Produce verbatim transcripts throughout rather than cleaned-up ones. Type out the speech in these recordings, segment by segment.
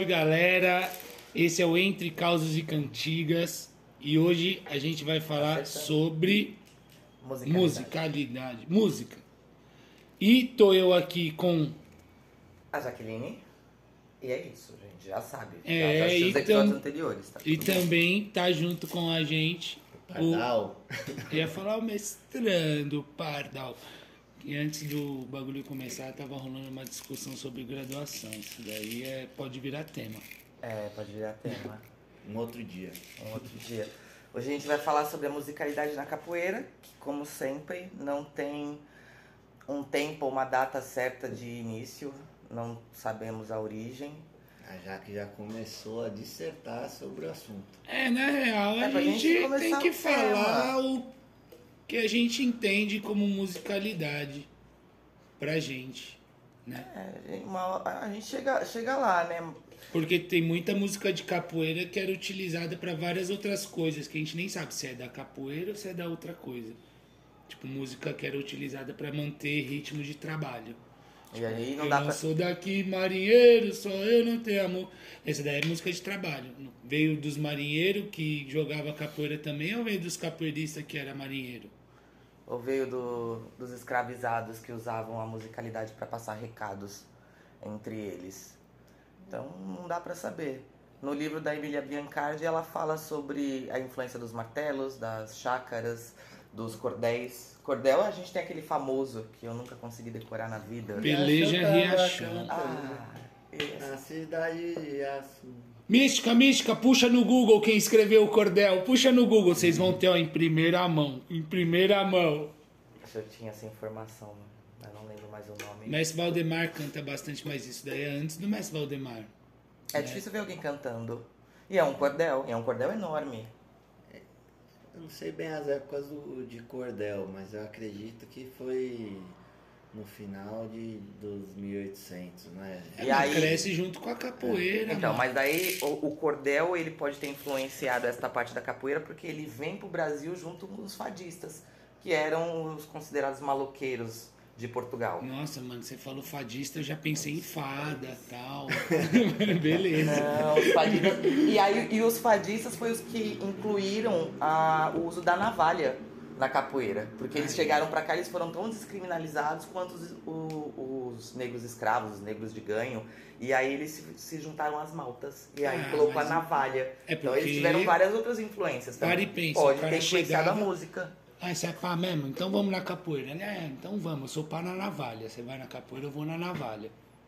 salve, galera! Esse é o Entre Causos e Cantigas e hoje a gente vai falar sobre Musicalidade. musicalidade, música. E tô eu aqui com A Jaqueline. E é isso, gente. Já sabe. É, já assistiu e os episódios tam- anteriores, tá? e Tudo bem. também tá junto com a gente o, Pardal. eu ia falar o mestrando Pardal. E antes do bagulho começar, tava rolando uma discussão sobre graduação. Isso daí é, pode virar tema. É, pode virar tema. Um outro dia. Um outro dia. Hoje a gente vai falar sobre a musicalidade na capoeira, que, como sempre, não tem um tempo ou uma data certa de início. Não sabemos a origem. A Jaque já começou a dissertar sobre o assunto. É, na real, É a pra gente gente começar tem que o falar o que a gente entende como musicalidade pra gente, né? É, uma- a gente chega, chega lá, né? Porque tem muita música de capoeira que era utilizada pra várias outras coisas, que a gente nem sabe se é da capoeira ou se é da outra coisa. Tipo, música que era utilizada pra manter ritmo de trabalho. E aí não Eu dá não pra... sou daqui, marinheiro, só eu não tenho amor. Essa daí é música de trabalho. Veio dos marinheiros que jogava capoeira também ou veio dos capoeiristas que era marinheiro? Ou veio do, dos escravizados que usavam a musicalidade para passar recados entre eles. Então não dá para saber. No livro da Emília Biancardi ela fala sobre a influência dos martelos, das chácaras, dos cordéis. Cordel a gente tem aquele famoso que eu nunca consegui decorar na vida. Peleja Riachão. Ah, esse. A cidade de Açu. Mística, mística, puxa no Google quem escreveu o cordel. Puxa no Google, vocês vão ter ó, em primeira mão. Em primeira mão. Se eu tinha essa informação, mas não lembro mais o nome. Mestre Valdemar canta bastante, mas isso daí é antes do Mestre Valdemar. É difícil ver alguém cantando. E é um cordel, e é um cordel enorme. Eu não sei bem as épocas do, de cordel, mas eu acredito que foi no final de, dos mil e oitocentos, né? É, E mas aí- cresce junto com a capoeira. Então, mano. mas daí o, o cordel ele pode ter influenciado essa parte da capoeira porque ele vem pro Brasil junto com os fadistas, que eram os considerados maloqueiros de Portugal. Nossa, mano, você falou fadista, eu já pensei em fada e tal. Beleza. Não, os fadistas, e aí e os fadistas foi os que incluíram a, o uso da navalha na capoeira, porque eles Ai. chegaram pra cá, eles foram tão descriminalizados quanto os, o- os negros escravos, os negros de ganho, e aí eles se, se juntaram às maltas, e aí Ah, colocou a mas navalha. é Então eles porque- tiveram várias outras influências Para também. e pensa, Pode o cara ter influenciado chegava- a música. Ah, isso é pá mesmo? Então vamos na capoeira, né? Então vamos, eu sou pá na navalha. Você vai na capoeira, eu vou na navalha.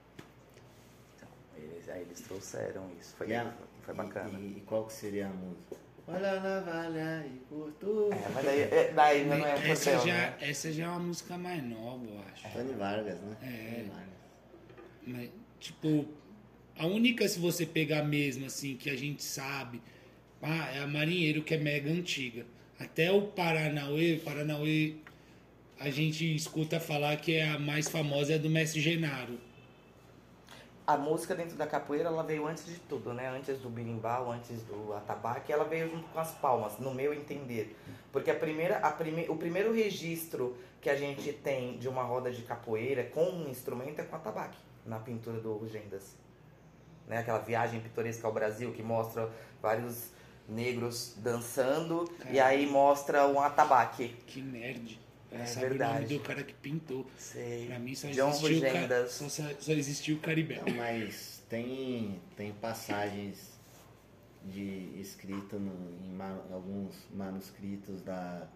Eles, aí eles trouxeram isso, foi, E a- foi bacana. E, e qual que seria a música? Olha a navalha e cortou. É, mas daí, é, daí não é um essa, cordel, já, né? essa já é uma música mais nova, eu acho. Tony Vargas, né? É. Tony Vargas. Mas, tipo, a única, se você pegar mesmo, assim, que a gente sabe, ah, é a Marinheiro, que é mega antiga. Até o Paranauê, Paranauê, a gente escuta falar que é a mais famosa é a do Mestre Genaro. A música dentro da capoeira, ela veio antes de tudo, né? Antes do berimbau, antes do atabaque, ela veio junto com as palmas, no meu entender. Porque a primeira, a prime, o primeiro registro que a gente tem de uma roda de capoeira com um instrumento é com atabaque, na pintura do Rugendas. Né? Aquela viagem pitoresca ao Brasil que mostra vários negros dançando e aí mostra um atabaque. Que nerd. É Ela sabe o verdade. nome do cara que pintou. Sei. Pra mim só John existiu, o Ca- Rugendas. só, só existiu o Caribé. Não, mas tem, tem passagens de escrito no, em ma- alguns manuscritos da,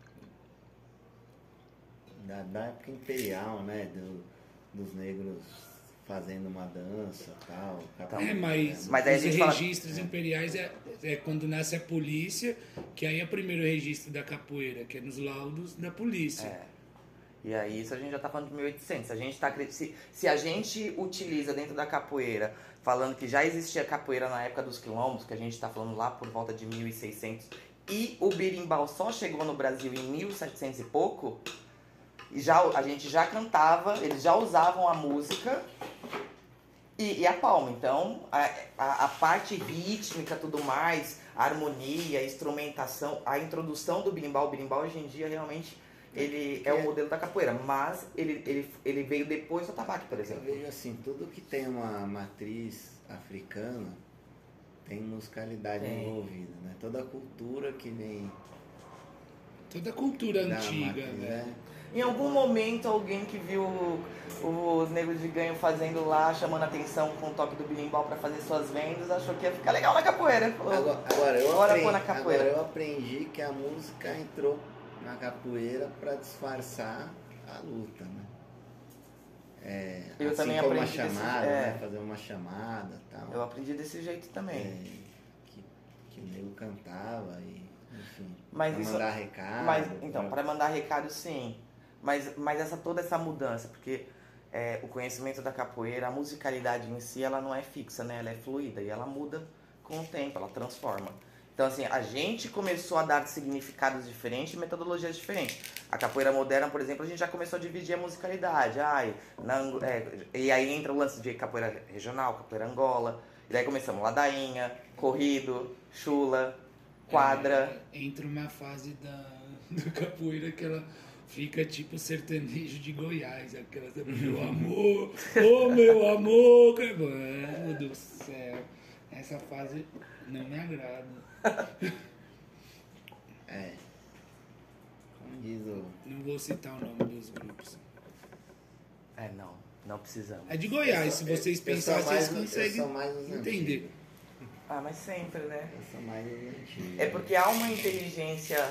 da, da época imperial, né? Do, dos negros fazendo uma dança e tal. Então, É, mas, Mas aí a os gente fala- registros imperiais é, é quando nasce a polícia, que aí é o primeiro registro da capoeira, que é nos laudos da polícia. É. E aí isso a gente já tá falando de mil e oitocentos. A gente tá, acre- se, se a gente utiliza dentro da capoeira, falando que já existia capoeira na época dos quilombos, que a gente tá falando lá por volta de mil e seiscentos, e o berimbau só chegou no Brasil em mil e setecentos e pouco, e já, a gente já cantava, eles já usavam a música e, e a palma. Então, a, a, a parte rítmica, tudo mais, a harmonia, a instrumentação, a introdução do berimbau. O berimbau hoje em dia realmente ele é o modelo da capoeira, mas ele, ele, ele veio depois do atabaque, por Eu exemplo. vejo assim, tudo que tem uma matriz africana tem musicalidade Tem. envolvida, né? Toda a cultura que vem Toda a cultura da antiga, matriz, velho. né? Em algum momento alguém que viu os Negros de Ganho fazendo lá, chamando atenção com o toque do berimbau pra fazer suas vendas, achou que ia ficar legal na capoeira. Falou, Agora, agora, eu bora aprendi, pôr na capoeira. agora eu aprendi que a música entrou na capoeira para disfarçar a luta, né? É, Eu assim também como uma aprendi desse- chamada, é. né? Fazer uma chamada e tal. Eu aprendi desse jeito também. É, que, que o nego cantava e, enfim, Mas pra isso- mandar recado. Mas, então, pra- para mandar recado, sim. Mas, mas essa, toda essa mudança, porque é, o conhecimento da capoeira, a musicalidade em si, ela não é fixa, né? Ela é fluida e ela muda com o tempo, ela transforma. Então, assim, a gente começou a dar significados diferentes e metodologias diferentes. A capoeira moderna, por exemplo, a gente já começou a dividir a musicalidade. Ai, na, Ango- é, e aí entra o lance de capoeira regional, capoeira Angola. E daí começamos ladainha, corrido, chula, quadra. É, entra uma fase da, da capoeira que ela fica tipo sertanejo de Goiás, aquela, sabe, meu amor, ô meu amor, cara. Mano do céu, essa fase não me agrada. É. Como diz o. Não vou citar o nome dos grupos. É, não, não precisamos. É de Goiás, se vocês eu sou pensarem, vocês mais- eu conseguem sou mais os entender. antigos. Ah, mas sempre, né? Eu sou mais os antigos. É porque há uma inteligência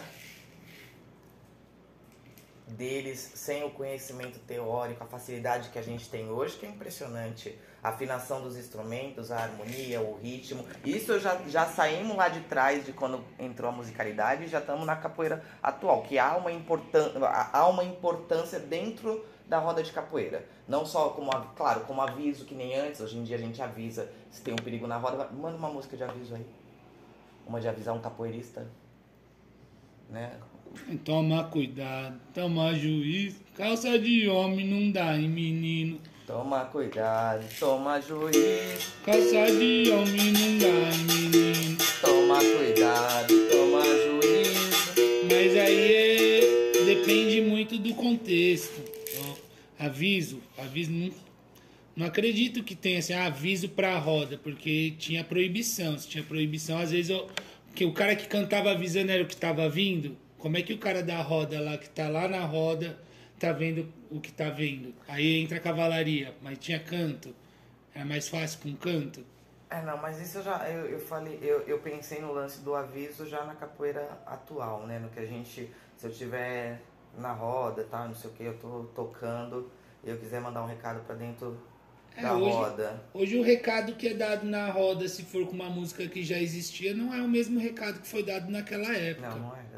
deles sem o conhecimento teórico, a facilidade que a gente tem hoje, que é impressionante. A afinação dos instrumentos, a harmonia, o ritmo. Isso eu já, já saímos lá de trás de quando entrou a musicalidade e já estamos na capoeira atual, que há uma, importan há uma importância dentro da roda de capoeira. Não só como, claro, como aviso, que nem antes. Hoje em dia a gente avisa se tem um perigo na roda. Manda uma música de aviso aí. Uma de avisar um capoeirista, né? Toma cuidado, toma juízo, calça de homem não dá em menino. Toma cuidado, toma juízo, Calça de homem não dá em menino. toma cuidado, toma juízo. Mas aí é, depende muito do contexto. Ó, aviso, aviso não, não acredito que tenha assim, ah, aviso pra roda, porque tinha proibição. Se tinha proibição, às vezes eu, que o cara que cantava avisando era o que estava vindo. Como é que o cara da roda lá, que tá lá na roda, tá vendo o que tá vendo? Aí entra a cavalaria, mas tinha canto. Era mais fácil com canto. É, não, mas isso eu já, eu, eu falei, eu, eu pensei no lance do aviso já na capoeira atual, né? No que a gente, se eu tiver na roda, tá, não sei o que, eu tô tocando, e eu quiser mandar um recado pra dentro É, da hoje- roda. Hoje o recado que é dado na roda, se for com uma música que já existia, não é o mesmo recado que foi dado naquela época. Não, não era.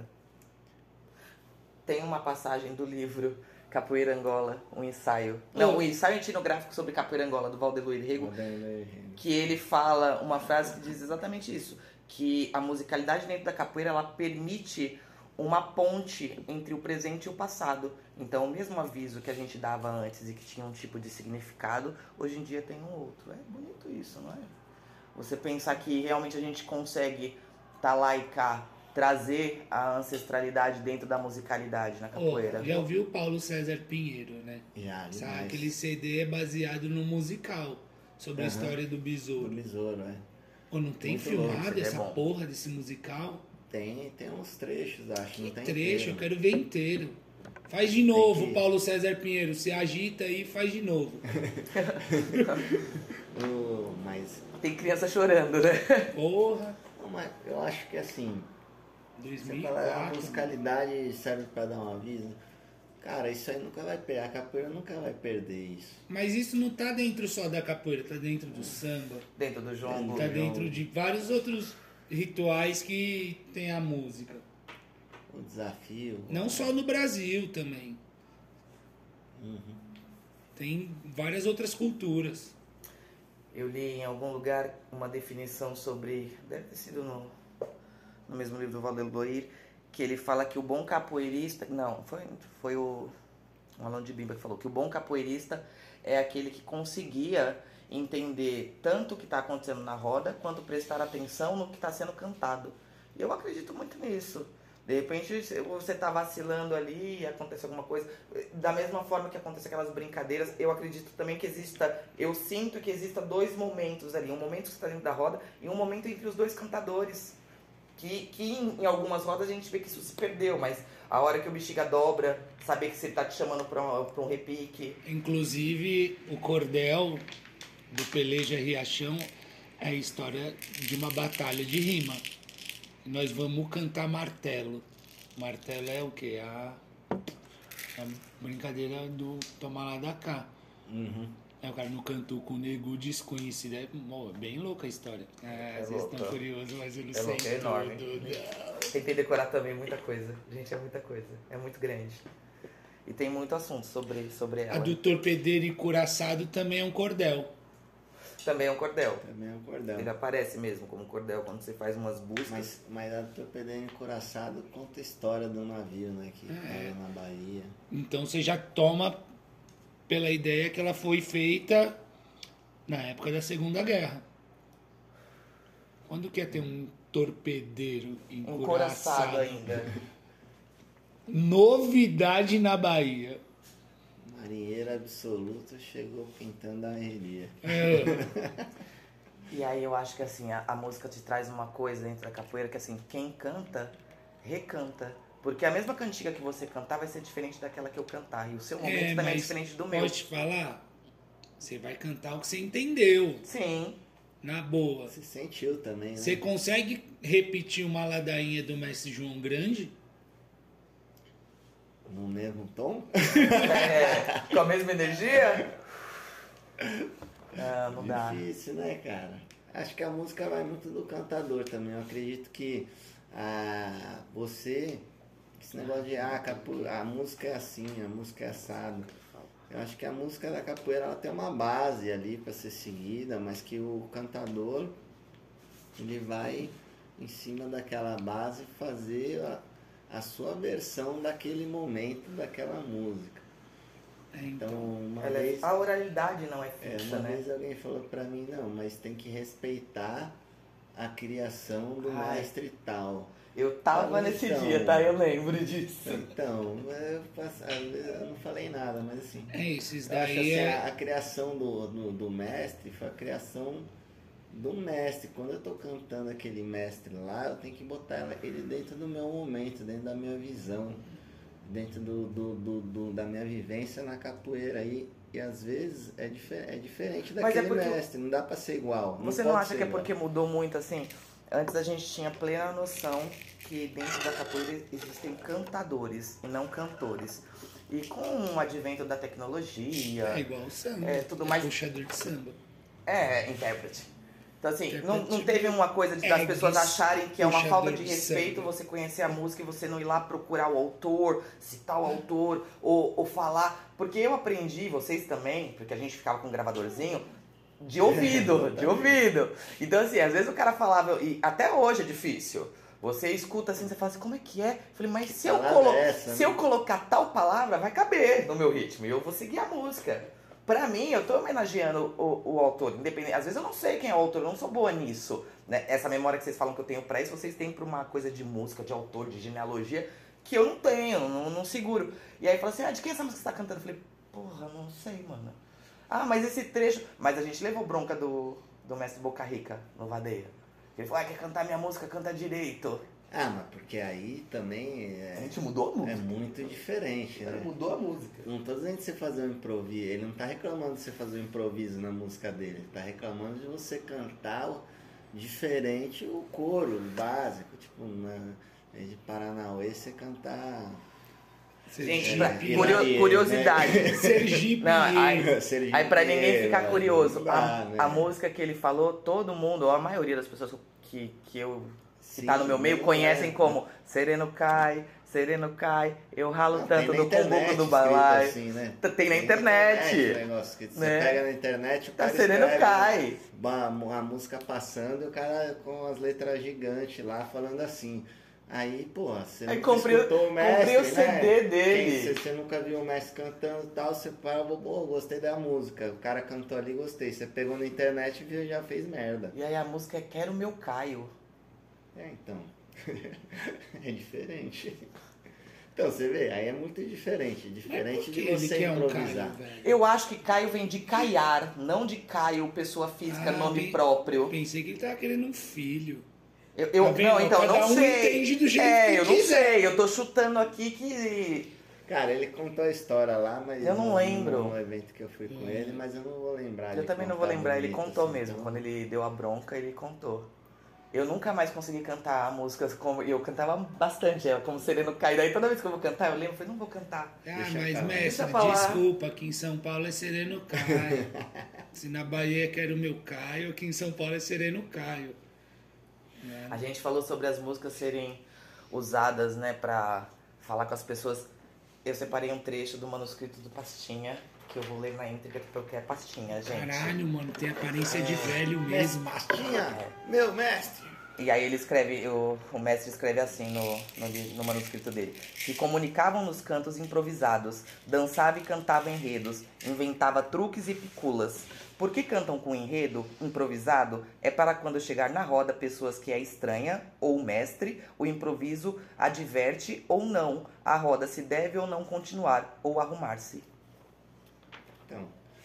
Tem uma passagem do livro Capoeira Angola, um ensaio. Não, Oh. um ensaio etnográfico sobre Capoeira Angola, do Valdeluir Rego, Moderno, que ele fala uma frase que diz exatamente isso, que a musicalidade dentro da capoeira, ela permite uma ponte entre o presente e o passado. Então, o mesmo aviso que a gente dava antes e que tinha um tipo de significado, hoje em dia tem um outro. É bonito isso, não é? Você pensar que realmente a gente consegue tá lá e cá, trazer a ancestralidade dentro da musicalidade na Ó, capoeira. já ouviu o Paulo César Pinheiro, né? Já, Sabe, demais. aquele C D é baseado no musical, sobre a Aham. história do Do besouro. besouro, é. Ou não tem Muito filmado louco, essa é bom. porra desse musical? Tem, tem uns trechos, acho. Não Que tem trecho, eu inteiro. quero ver inteiro. Faz de novo, que- Paulo César Pinheiro. Se agita aí, faz de novo. O- mas, Tem criança chorando, né? Porra, não, mas eu acho que assim, você fala, a dois mil e quatro. musicalidade serve pra dar um aviso. Cara, isso aí nunca vai perder. A capoeira nunca vai perder isso. Mas isso não tá dentro só da capoeira, tá dentro do samba. Dentro do jongo. Tá Não. dentro de vários outros rituais que tem a música. O desafio. Não só no Brasil também. Uhum. Tem várias outras culturas. Eu li em algum lugar uma definição sobre, deve ter sido no, no mesmo livro do Valdeluir, que ele fala que o bom capoeirista, não, foi, foi o, o Alan de Bimba que falou, que o bom capoeirista é aquele que conseguia entender tanto o que está acontecendo na roda, quanto prestar atenção no que está sendo cantado. E eu acredito muito nisso. De repente você tá vacilando ali e acontece alguma coisa. Da mesma forma que acontecem aquelas brincadeiras, eu acredito também que exista, eu sinto que exista dois momentos ali. Um momento que você tá dentro da roda e um momento entre os dois cantadores. Que, que em, em algumas rodas a gente vê que isso se perdeu, mas a hora que o bexiga dobra, saber que você tá te chamando pra um, pra um repique. Inclusive, o cordel do Peleja Riachão é a história de uma batalha de rima. Nós vamos cantar martelo. Martelo é o quê? A, a brincadeira do tomar lá da cá. Uhum. É, o cara não cantou com o nego desconhecido. É oh, bem louca a história. É, É vocês louco. estão curiosos, mas eu não É sei louco, é enorme. tudo. Não. Tentei decorar também muita coisa. Gente, é muita coisa. É muito grande. E tem muito assunto sobre, sobre ela. A do torpedeiro e curaçado também é um cordel. Também é um cordel. Também é um cordel. Ele aparece mesmo como cordel quando você faz umas buscas. Mas, mas a torpedeiro encoraçado conta a história do navio, né? Que É. era na Bahia. Então você já toma pela ideia que ela foi feita na época da Segunda Guerra. Quando quer ter um torpedeiro Encoraçado encoraçado? ainda. Novidade na Bahia. Marinheiro absoluto chegou pintando a enredia. É. E aí eu acho que assim, a, a música te traz uma coisa dentro da capoeira que assim, quem canta, recanta. Porque a mesma cantiga que você cantar vai ser diferente daquela que eu cantar. E o seu momento É, também é mas diferente do meu. Pode te falar? Você vai cantar o que você entendeu. Sim. Na boa. Se sentiu também, né? Você consegue repetir uma ladainha do mestre João Grande? No mesmo tom? É, com a mesma energia? Ah, não dá. Difícil, né, cara? Acho que a música vai muito do cantador também. Eu acredito que ah, você, esse negócio de ah, capo, a música é assim, a música é assado. Eu acho que a música da capoeira ela tem uma base ali para ser seguida, mas que o cantador ele vai em cima daquela base fazer a, a sua versão daquele momento, daquela música. É, Então, uma Ela é- vez, a oralidade não é é, fixa, uma né? vez alguém falou pra mim, não, mas tem que respeitar a criação do Ai. mestre tal. Eu tava Então, nesse dia, tá? Eu lembro disso. Então, eu, passo- às vezes eu não falei nada, mas assim, É isso, isso eu acho daí assim, é... a, a criação do, do, do mestre foi a criação do mestre. Quando eu tô cantando aquele mestre lá, eu tenho que botar ele dentro do meu momento, dentro da minha visão, dentro do, do, do, do- da minha vivência na capoeira. E, e às vezes é, difer é diferente Mas é daquele porque- mestre, não dá pra ser igual. Você pode não acha ser que é igual. porque mudou muito assim? Antes a gente tinha plena noção que dentro da capoeira existem cantadores e não cantores. E com o advento da tecnologia, É igual o samba. É, tudo mais- Puxador de samba. é, intérprete. Então assim, não, não Intérprete. teve uma coisa de, das É, pessoas isso, acharem que é uma puxador falta de de respeito samba. você conhecer a música e você não ir lá procurar o autor, citar o autor, ou, ou falar. Porque eu aprendi, vocês também, porque a gente ficava com um gravadorzinho, de ouvido, de ouvido. Então assim, às vezes o cara falava, e até hoje é difícil. Você escuta assim, você fala assim, como é que é? Eu falei, mas se eu, palavra colo é essa, se né? eu colocar tal palavra, vai caber no meu ritmo. E eu vou seguir a música. Pra mim, eu tô homenageando o, o autor, independente. Às vezes eu não sei quem é o autor, eu não sou boa nisso. Né? Essa memória que vocês falam que eu tenho pra isso, vocês têm pra uma coisa de música, de autor, de genealogia, que eu não tenho, não, não seguro. E aí fala assim, ah, de quem é essa música que você tá cantando? Eu falei, porra, não sei, mano. Ah, mas esse trecho... Mas a gente levou bronca do, do mestre Boca Rica, no Vadeia. Ele falou, ah, quer cantar minha música, canta direito. Ah, mas porque aí também A é, gente mudou a é música. muito diferente, né? Mudou a música. Não tô dizendo de você fazer um improviso, ele não tá reclamando de você fazer um improviso na música dele, ele tá reclamando de você cantar o- diferente o coro, o básico, tipo, na, de Paranauê você cantar... Gente, É, pra- Piraí, curio- né? curiosidade. Sergipe. Não, aí- Sergipe, Aí pra ninguém ficar mano, curioso, não dá, a, né? a música que ele falou, todo mundo, ou a maioria das pessoas que, que eu que Sim, tá no meu meio não conhecem é. como Sereno cai, Sereno cai, eu ralo Não, tanto tem na no cumbuco internet do escrito balaio. assim, né? Tem na internet. o negócio que você Né? pega na internet, o Tá cara Sereno escreve cai. uma- a música passando e o cara com as letras gigantes lá falando assim. Aí, pô, você Aí nunca comprei o- escutou o mestre, comprei o né? C D dele. Quem- Você, você nunca viu o mestre cantando e tal, você fala, pô, gostei da música. O cara cantou ali, gostei. Você pegou na internet e viu, já fez merda. E aí a música é Quero Meu Caio. É, então. É diferente. Então, você vê, aí é muito diferente. Diferente de ele você que é um improvisar. Caio, velho? Eu acho que Caio vem de caiar, não de Caio, pessoa física, Ah, nome bem- próprio. Pensei que ele tava querendo um filho. Eu, eu- Tá vendo? não, então, eu Cada não um sei. entende do jeito é, que eu não quiser. sei. Eu tô chutando aqui que... Cara, ele contou a história lá, mas... Eu não lembro. No evento que eu fui com Hum. ele, mas eu não vou lembrar. Eu de também não vou contar lembrar, ele bonito, contou assim, mesmo. então- Quando ele deu a bronca, ele contou. Eu nunca mais consegui cantar músicas como... Eu cantava bastante, é, como Sereno Caio. Daí toda vez que eu vou cantar, eu lembro, eu falei, não vou cantar. Ah, Deixa mas pra lá. mestre, Deixa pra lá. desculpa, aqui em São Paulo é Sereno Caio. Se na Bahia quero o meu Caio, aqui em São Paulo é Sereno Caio. A gente falou sobre as músicas serem usadas, né, pra falar com as pessoas. Eu separei um trecho do manuscrito do Pastinha, que eu vou ler na íntegra porque é Pastinha, gente. Caralho, mano, tem aparência de velho Mestre mesmo. Pastinha, meu mestre. E aí ele escreve, o, o mestre escreve assim no, no, li- no manuscrito dele. Se comunicavam nos cantos improvisados, dançava e cantava enredos, inventava truques e piculas. Por que cantam com enredo improvisado? É para quando chegar na roda pessoas que é estranha, ou mestre, o improviso adverte ou não, a roda se deve ou não continuar, ou arrumar-se. Então,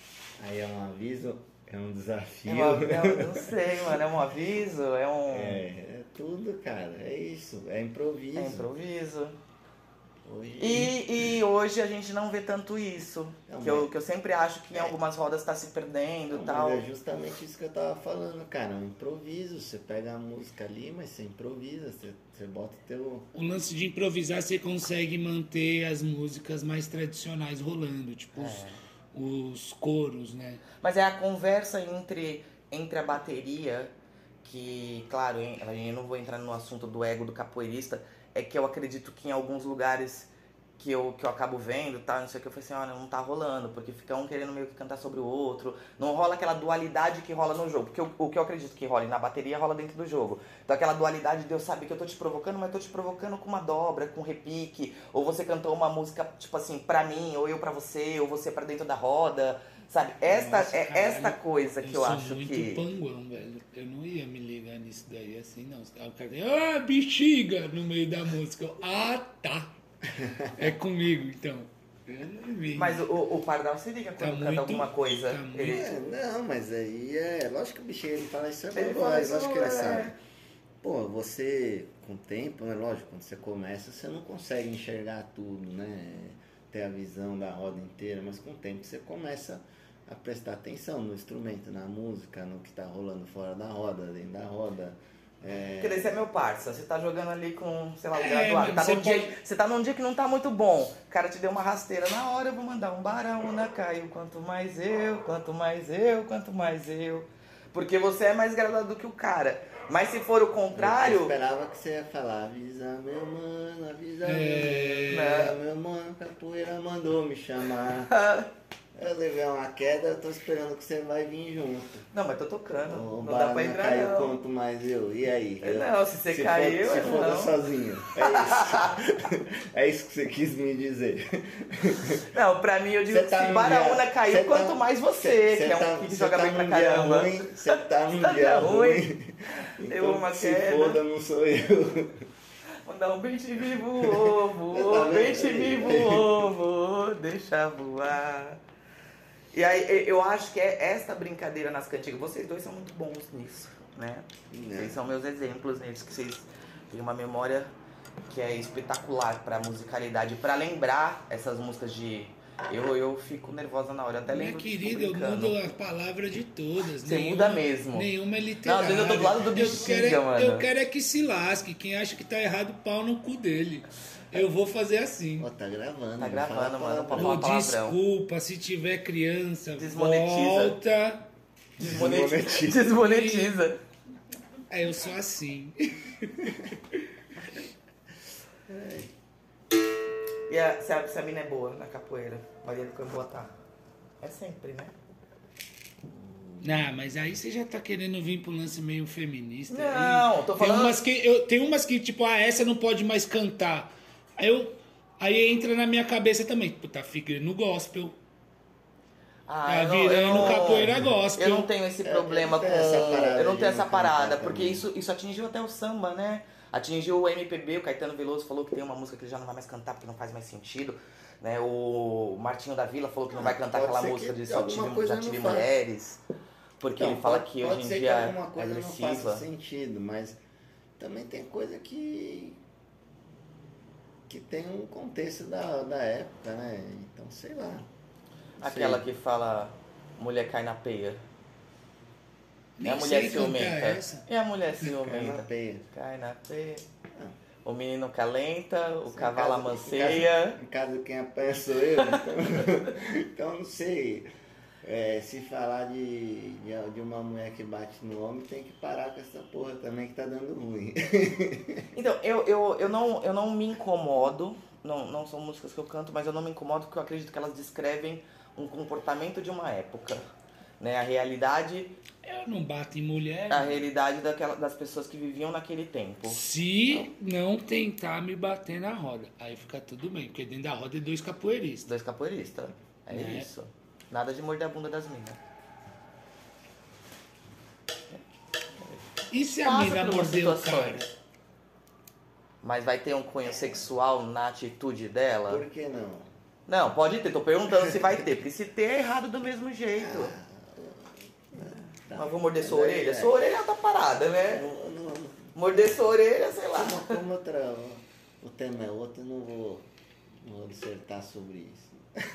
aí é um aviso, é um desafio. É uma, é um- não sei, mano, é um aviso, é um... É, é tudo, cara. É isso. É improviso. É improviso. Hoje... E, e hoje a gente não vê tanto isso. Não, que, eu, mas- que eu sempre acho que em É. algumas rodas está se perdendo e Não, tal. mas é justamente isso que eu tava falando, cara. É um improviso. Você pega a música ali, mas você improvisa. Você, você bota o teu... O lance de improvisar, você consegue manter as músicas mais tradicionais rolando, tipo os, os coros, né? Mas é a conversa entre, entre a bateria, que, claro, hein, eu não vou entrar no assunto do ego do capoeirista, é que eu acredito que em alguns lugares que eu, que eu acabo vendo, tá, não sei o que, eu falei assim, olha, não tá rolando, porque fica um querendo meio que cantar sobre o outro, não rola aquela dualidade que rola no jogo, porque o, o que eu acredito que rola na bateria rola dentro do jogo. Então aquela dualidade de eu saber que eu tô te provocando, mas eu tô te provocando com uma dobra, com repique, ou você cantou uma música, tipo assim, pra mim, ou eu pra você, ou você pra dentro da roda, sabe? Esta, Nossa, é caralho, esta coisa que eu, sou acho muito que... panguão, velho. Eu não ia me ligar nisso daí assim, não. O cara ah, bexiga no meio da música. Eu, ah, tá. É comigo, então. Eu não vi. Mas o, o Pardal se liga quando Tá canta muito- alguma coisa. tá muito- Ele, É, não, mas aí é... Lógico que o bichinho ele fala isso é Ele bem fala voz, isso, lógico que ele é. sabe. Pô, você, com o tempo, né? Lógico, quando você começa, você não consegue enxergar tudo, né? Ter a visão da roda inteira, mas com o tempo você começa a prestar atenção no instrumento, na música, no que tá rolando fora da roda, dentro da roda. É... Porque daí você é meu parça, você tá jogando ali com, sei lá, o É, graduado. mas Tá você num dia, pode- você tá num dia que não tá muito bom. O cara te deu uma rasteira. Na hora eu vou mandar um barão na Caio. Quanto mais eu, quanto mais eu, quanto mais eu. Porque você é mais graduado do que o cara. Mas se for o Eu contrário... esperava que você ia falar, avisa meu mano, avisa É. meu, meu mano, capoeira mandou me chamar. Eu levei uma queda, eu tô esperando que você vai vir junto. Não, mas tô tocando. O não dá pra Barana entrar, caiu não. quanto mais eu. E aí? É, não, se você se caiu, for, é se for não. sozinho. É isso. É isso que você quis me dizer. Não, pra mim eu digo Você que tá se num Baraúna dia- caiu, você quanto tá- mais você, Você que é tá- um que você joga tá bem pra num dia caramba. ruim, Você tá num Tá dia ruim. ruim. Deu uma Então, se queda. foda, não sou eu. Mandar um bem te vivo ovo, Tá vendo? bem te vivo ovo, deixa voar. E aí eu acho que é esta brincadeira nas cantigas. Vocês dois são muito bons nisso, né? Né. Vocês são meus exemplos nisso, que vocês têm uma memória que é espetacular pra musicalidade, pra lembrar essas músicas de... Eu, eu fico nervosa na hora, eu até Minha lembro que querida, eu mudo a palavra de todas. Você nenhuma- muda mesmo. Nenhuma é Não, literária. às vezes eu tô do lado do Eu Bexiga, quero é- mano. Eu quero é que se lasque. Quem acha que tá errado, pau no cu dele. Eu vou fazer assim. Ó, tá gravando. Tá não gravando, fala mano, palavrão. pra Ô, falar palavrão. desculpa, se tiver criança, Desmonetiza. volta. Desmonetiza. Desmonetiza. É, eu sou assim. E a, se, a, se a mina é boa na capoeira, Maria do Camboa tá. É sempre, né? Não, mas aí você já tá querendo vir pro lance meio feminista. Não, aí. tô Tem falando- umas que, eu, tem umas que, tipo, ah, essa não pode mais cantar. Aí, eu, aí entra na minha cabeça também. Tipo, tá ficando no gospel. Ah, Tá eu não- virando eu não- capoeira gospel. Eu não tenho esse É, problema eu não com. tenho essa parada eu não de tenho não essa parada, cantar porque também. isso, isso atingiu até o samba, né? Atingiu o M P B, o Caetano Veloso falou que tem uma música que ele já não vai mais cantar porque não faz mais sentido. Né? O Martinho da Vila falou que não Ah, vai cantar pode aquela ser música que de Só alguma Tive, coisa Já Tive não faz. Mulheres. Porque Então, ele fala pode- que pode hoje em ser dia que alguma é coisa não faça agressiva. sentido, mas também tem coisa que que tem um contexto da, da época, né? Então, sei lá. Não Aquela sei. que fala mulher cai na peia. Nem é a mulher sei cantar ciumenta. essa. É a mulher Cai na ciumenta. peia. Cai na peia. Ah. O menino calenta, o Em cavalo casa- amanceia. Em casa, em casa quem apanha sou eu, então, então não sei. É, se falar de, de, de uma mulher que bate no homem, tem que parar com essa porra também que tá dando ruim. Então, eu, eu, eu, não, eu não me incomodo, não, não são músicas que eu canto, mas eu não me incomodo porque eu acredito que elas descrevem um comportamento de uma época. Né? A realidade, Eu não bato em mulher. a realidade daquela, das pessoas que viviam naquele tempo. Se não tentar me bater na roda. Aí fica tudo bem, porque dentro da roda é dois capoeiristas. Dois capoeiristas. É Né? isso. Nada de morder a bunda das minas. E se a Passa mina por umas morder o situações. cara? Mas vai ter um cunho sexual na atitude dela? Por que não? Não, pode ter. Tô perguntando se vai ter. Porque se ter, é errado do mesmo jeito. Tá. Mas vou morder sua Mas aí, orelha? é. Sua orelha tá parada, né? Não- não- Morder sua orelha, sei lá. Como, como outra, o tema é outro, eu não vou, não vou dissertar sobre isso.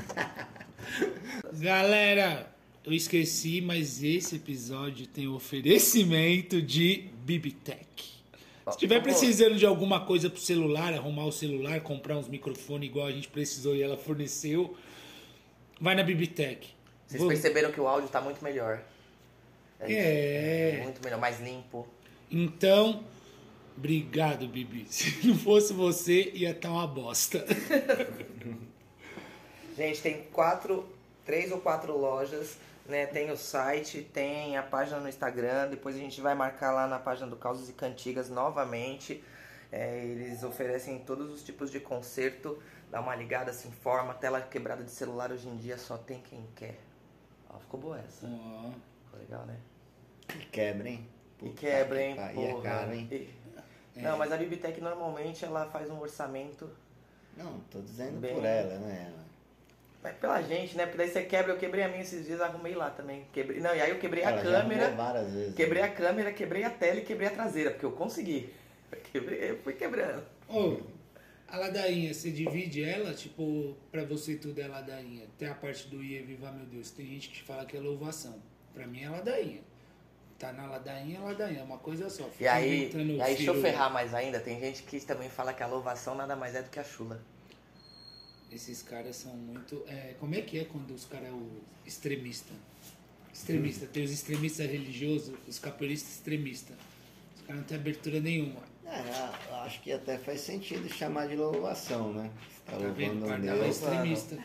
Galera, eu esqueci, mas esse episódio tem oferecimento de Bibitec. Se tiver Por favor. precisando de alguma coisa pro celular, arrumar o celular, comprar uns microfones igual a gente precisou e ela forneceu, vai na Bibitec. Vocês Vou- perceberam que o áudio tá muito melhor. É. isso. Muito melhor, mais limpo. Então, obrigado, Bibi. Se não fosse você, ia estar uma bosta. Gente, tem quatro, três ou quatro lojas, né? Tem o site, tem a página no Instagram, depois a gente vai marcar lá na página do Causos e Cantigas novamente. É, eles oferecem todos os tipos de conserto, dá uma ligada, se informa. Tela quebrada de celular hoje em dia só tem quem quer. Ó, ficou boa essa. Ó, Ficou legal, né? E quebra, hein? E Puta quebra, que hein, pariu. E é porra. caro, hein? E- Não, mas a Bibitec normalmente ela faz um orçamento Não, tô dizendo Bem- por ela, né? mas pela gente, né? Porque daí você quebra, eu quebrei a minha esses dias, arrumei lá também. Quebrei, não, e aí eu quebrei a Ela já câmera, arrumou várias vezes. quebrei né? a câmera, quebrei a tela e quebrei a traseira, porque eu consegui. Eu, quebrei, eu fui quebrando. Ô, a ladainha, você divide ela, tipo, pra você tudo é ladainha. Tem a parte do Ia Viva Meu Deus. Tem gente que fala que é louvação. Pra mim é ladainha. Tá na ladainha, é ladainha. É uma coisa só. E Fica aí, inventando e aí deixa eu firula. ferrar mais ainda, tem gente que também fala que a louvação nada mais é do que a chula. Esses caras são muito... é, como é que é quando os caras... o extremista. Extremista. Tem os extremistas religiosos, os capoeiristas extremistas. Os caras não têm abertura nenhuma. É, eu acho que até faz sentido chamar de louvação, né? Você tá, Tá louvando vendo? um Pardal é Deus. extremista.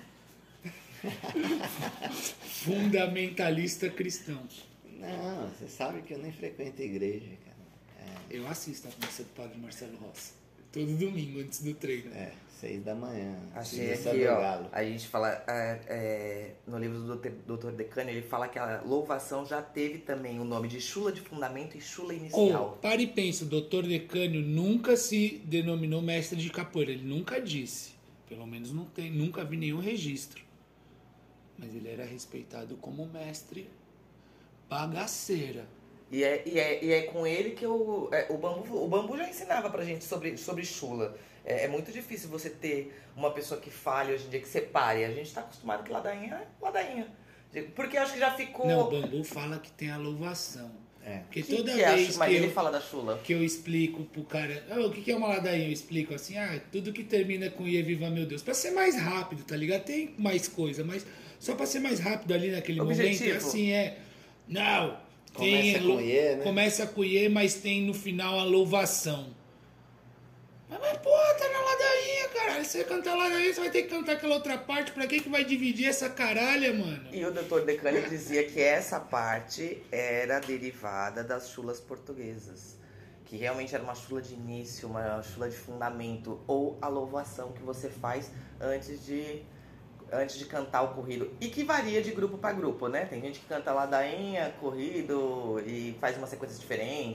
Fundamentalista cristão. Não, você sabe que eu nem frequento igreja, cara. Eu assisto a missa do Padre Marcelo Rossi. Todo domingo, antes do treino. É, seis da manhã. Achei Precisa aqui, saber o ó, galo. a gente fala, é, é, no livro do doutor Decânio, ele fala que a louvação já teve também o nome de chula de fundamento e chula Ou, inicial. pare e pensa, o doutor Decânio nunca se denominou mestre de capoeira. Ele nunca disse. Pelo menos não tem, nunca vi nenhum registro. Mas ele era respeitado como mestre bagaceira. E é, e, é, e é com ele que eu, é, o, bambu, o Bambu já ensinava pra gente sobre, sobre chula. É, é muito difícil você ter uma pessoa que fale hoje em dia, que separe. A gente tá acostumado que ladainha é ladainha. Porque eu acho que já ficou... Não, o Bambu fala que tem a louvação. É. Porque que toda que é a vez chu- Mas que ele eu, fala da chula. que eu explico pro cara, "Ah, o que que é uma ladainha?" Eu explico assim, ah, tudo que termina com Ia Viva Meu Deus. Pra ser mais rápido, tá ligado? Tem mais coisa, mas só pra ser mais rápido ali naquele Objetivo. momento, é assim, é... Não, tem... Começa lou- com Iê, né? Começa com Iê, mas tem no final a louvação. Mas, mas porra, tá na ladainha, caralho. Se você cantar ladainha, você vai ter que cantar aquela outra parte. Pra que que vai dividir essa caralha, mano? E o doutor Decânio dizia que essa parte era derivada das chulas portuguesas. Que realmente era uma chula de início, uma chula de fundamento. Ou a louvação que você faz antes de, antes de cantar o corrido. E que varia de grupo para grupo, né? Tem gente que canta ladainha, corrido e faz uma sequência diferente.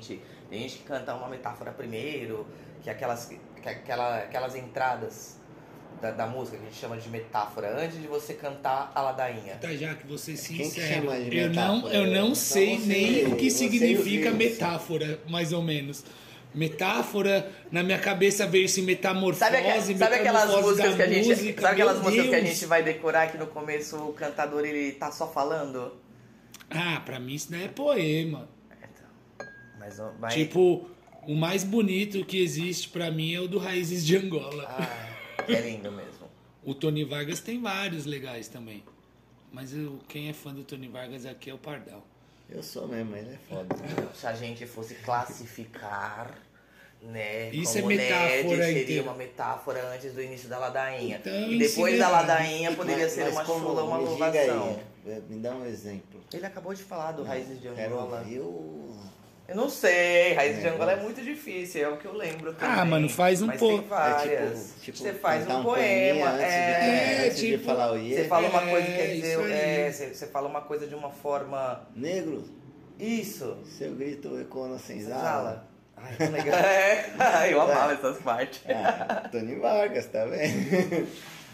Tem gente que canta uma metáfora primeiro, que é aquelas, que é aquela, aquelas entradas da, da música que a gente chama de metáfora, antes de você cantar a ladainha. Tá, já que você é Quem que sincero, chama de eu não, metáfora? eu não Então sei você- nem o que você significa e o Wilson. metáfora, mais ou menos. Metáfora, na minha cabeça veio-se metamorfose, Sabe, aqua- sabe aquelas metamorfose músicas da que a gente, música, sabe aquelas meu músicas que a Deus. gente vai decorar que no começo o cantador ele tá só falando? Ah, pra mim isso daí é poema. Mas, mas... Tipo, o mais bonito que existe pra mim é o do Raízes de Angola. Ah, é lindo mesmo. O Tony Vargas tem vários legais também. Mas eu, quem é fã do Tony Vargas aqui é o Pardal. Eu sou mesmo, ele é foda. Se a gente fosse classificar, né, Isso como é metáfora, nerd, seria inteira. uma metáfora antes do início da ladainha. Então, e depois isso é da errado. ladainha poderia Mas- ser mas uma como- chula, uma me diga louvação. aí, me dá um exemplo. Ele acabou de falar do Raízes de Quero Angola. ouvir o... Eu não sei, Raízes de É, Angola é mas- muito difícil, é o que eu lembro também. Ah, mano, faz um Mas pouco. tem várias. É tipo- tipo, você faz cantar um um poema, poeminha antes de- é... antes tipo, de falar o iê. Você fala uma É, coisa, quer dizer, isso aí. é, você, você fala uma coisa de uma forma... Negro, Isso, seu grito ecoa na senzala. senzala. Ai, que legal. É, eu amava essas partes. Ah, Tony Vargas, tá vendo?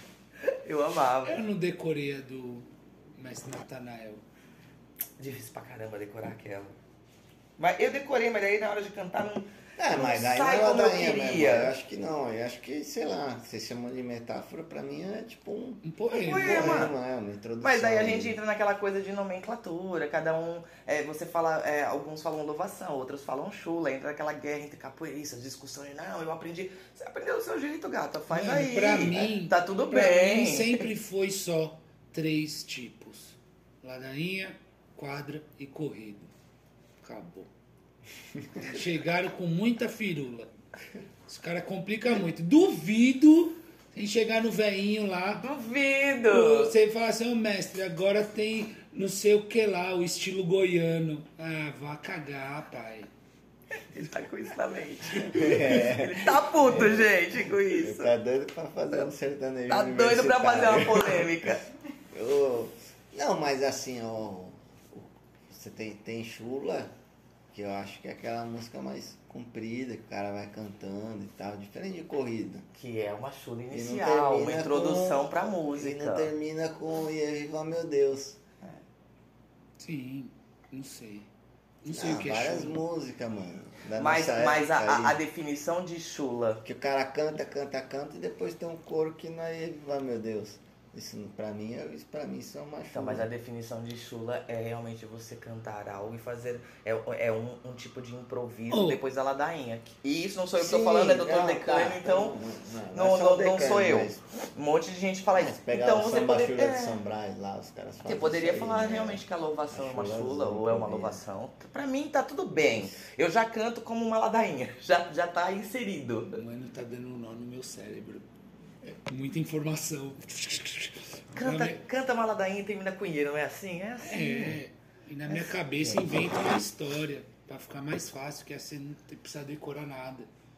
Eu amava. Eu não decorei a do Mestre Natanael. Difícil pra caramba decorar aquela. Mas eu decorei, mas aí na hora de cantar não, É, não mas aí sai não é como eu ladainha mesmo. queria. Eu acho que não, eu acho que, sei lá, vocês chamam de metáfora, pra mim é tipo um Um poema. poema. poema, é uma introdução. Mas daí a gente entra naquela coisa de nomenclatura, cada um, é, você fala, é, alguns falam louvação, outros falam chula, entra naquela guerra entre capoeiristas, discussões, não, eu aprendi, você aprendeu do seu jeito, gata, faz Mano, aí, pra mim, tá tudo pra bem. mim sempre foi só três tipos: ladainha, quadra e corrido. Acabou. Chegaram com muita firula. Os caras complicam muito. Duvido sem chegar no veinho lá. Duvido! Você fala assim, ô mestre, agora tem não sei o que lá, o estilo goiano. Ah, vá cagar, pai. Ele tá com isso na mente. Ele tá puto, gente, com Ele isso. tá doido pra fazer um sertanejo Tá doido pra fazer uma polêmica. Eu- Não, mas assim, ó, você tem, tem chula, que eu acho que é aquela música mais comprida, que o cara vai cantando e tal, diferente de corrida. Que é uma chula E não inicial, uma termina introdução com- pra E não música. termina com E viva meu Deus. Sim, não sei. Não sei Ah, o que é várias chula. músicas, mano. da Mas, nossa mas a, época a- a aí. definição de chula, Que o cara canta, canta, canta e depois tem um coro que não é E viva meu Deus. Isso pra mim, é- isso pra mim isso é uma chula. então, mas a definição de chula é realmente você cantar algo e fazer. É, é um, um tipo de improviso Oh. depois da ladainha. E isso não sou eu que tô Sim, falando, é doutor não, Decânio, tá. então Não, não, é só não, o não Decânio, sou eu. mas- Um monte de gente fala isso. Mas pegar Então o você samba poderia. chula de É, São Brás lá, os caras falam você poderia isso aí, falar né? realmente que a louvação A é uma chula chula azul, ou é uma também. louvação. Pra mim tá tudo bem. Eu já canto como uma ladainha. Já, já tá inserido. Mano, tá dando um nó no meu cérebro. É muita informação. Canta, Na minha- canta uma ladainha e termina com I, não é assim? É assim. É, e na minha cabeça inventa uma história pra ficar mais fácil, que é você não ter- precisar decorar nada.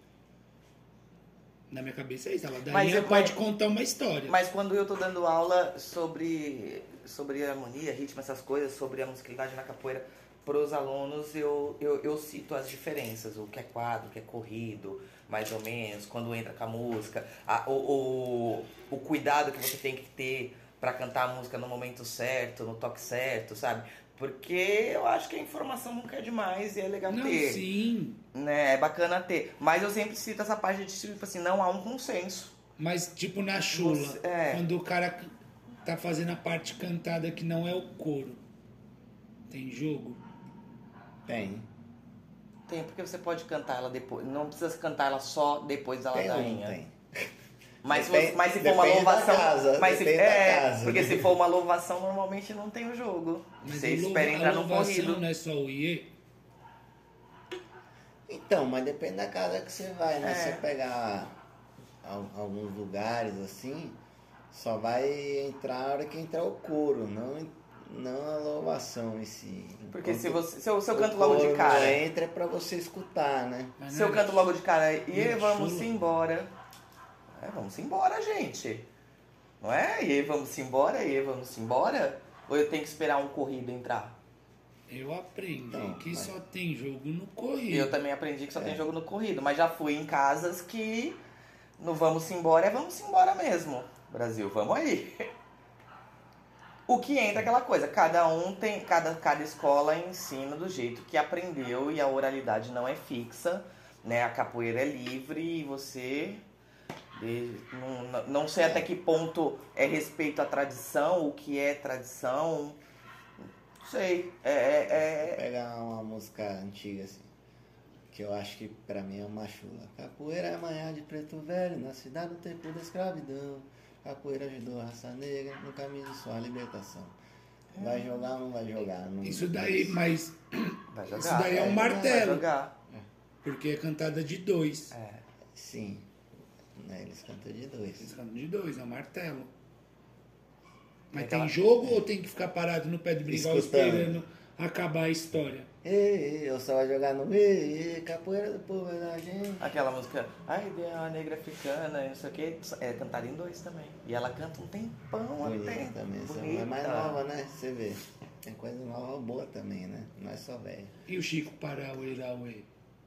Na minha cabeça é isso, a Mas ladainha eu- pode mas- contar uma história. Mas quando eu tô dando aula sobre, sobre harmonia, ritmo, essas coisas, sobre a musicalidade na capoeira, pros alunos eu, eu, eu cito as diferenças, o que é quadro, o que é corrido, mais ou menos, quando entra com a música, a, o, o, o cuidado que você tem que ter pra cantar a música no momento certo, no toque certo, sabe? Porque eu acho que a informação nunca é demais e é legal Não, ter. sim. Né? É bacana ter. Mas eu sempre cito essa parte de tipo assim, não há um consenso. Mas tipo na chula, Você- é. quando o cara tá fazendo a parte cantada que não é o coro. Tem jogo? Tem. Tem, porque você pode cantar ela depois. Não precisa cantar ela só depois da Tem ou não ladainha. tem? Mas, se Depende- você- mas se for uma depende da louvação. casa, mas se, depende da é, casa. porque se for uma louvação, normalmente não tem o jogo. Mas Você o louva- espera entrar a no louvação corrido. não é só o iê? Então, mas depende da casa que você vai, né? É. Se você pegar al- alguns lugares assim, só vai entrar a hora que entrar o coro, não, não a louvação em si. Porque Enquanto se, você, se, eu, se eu o canto logo de coro cara. não entra é pra você escutar, né? Mas Se não eu é- canto logo de cara, e Não é vamos chula? embora. É, vamos embora, gente. Não é? E vamos embora, e vamos embora? Ou eu tenho que esperar um corrido entrar? Eu aprendi Então, que mas- só tem jogo no corrido. E eu também aprendi que só É. tem jogo no corrido, mas já fui em casas que no vamos embora é vamos embora mesmo. Brasil, vamos aí. O que entra aquela coisa, cada um tem, cada, cada escola ensina do jeito que aprendeu e a oralidade não é fixa, né? A capoeira é livre e você de- não, não sei até que ponto é respeito à tradição, o que é tradição, não sei. É, é, é- Pegar uma música antiga assim, que eu acho que pra mim é uma chula. Capoeira é manhã de preto velho, na cidade do tempo da escravidão. Capoeira ajudou a raça negra no caminho de sua libertação. Vai jogar ou não vai jogar? Não- Isso daí, mas vai jogar. isso daí é um é, Vai martelo, jogar. porque é cantada de dois. É. Sim, né, eles cantam de dois. Eles cantam de dois, é um martelo. Mas Aquela- tem jogo ou tem que ficar parado no pé de brincar Escutando. esperando acabar a história? Ei, ei, eu só vai jogar no ei, ei, capoeira do povo é da gente. Aquela música, ai, é uma negra africana, e não sei o que, é cantada em dois também. E ela canta um tempão Bonita até. também, essa Bonita. é mais nova, né? Você vê. Tem coisa nova boa também, né? Não é só velha. E o Chico Parauê Rauê?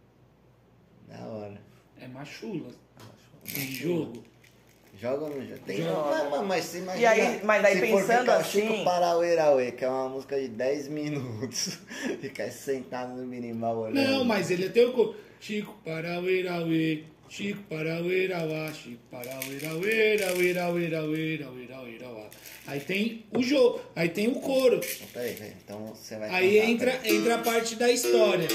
Da hora. É machula. Tem jogo. Joga ou não joga? Tem Joga. jogo. Mas, mas você imagina. E aí, mas daí se for pensando ficar assim- Chico Parauê, que é uma música de dez minutos. Ficar sentado no minimal olhando. Não, mas ele tem o co- Chico Parauê Rauê, Chico Parauê Rauá, Chico Parauê Rauê, Rauê, Rauê, Rauê, Rauê, Rauê, Rauá. Aí tem o jogo, aí tem o coro. Então, peraí, peraí. Então você vai Aí cantar, entra, peraí. entra a parte da história.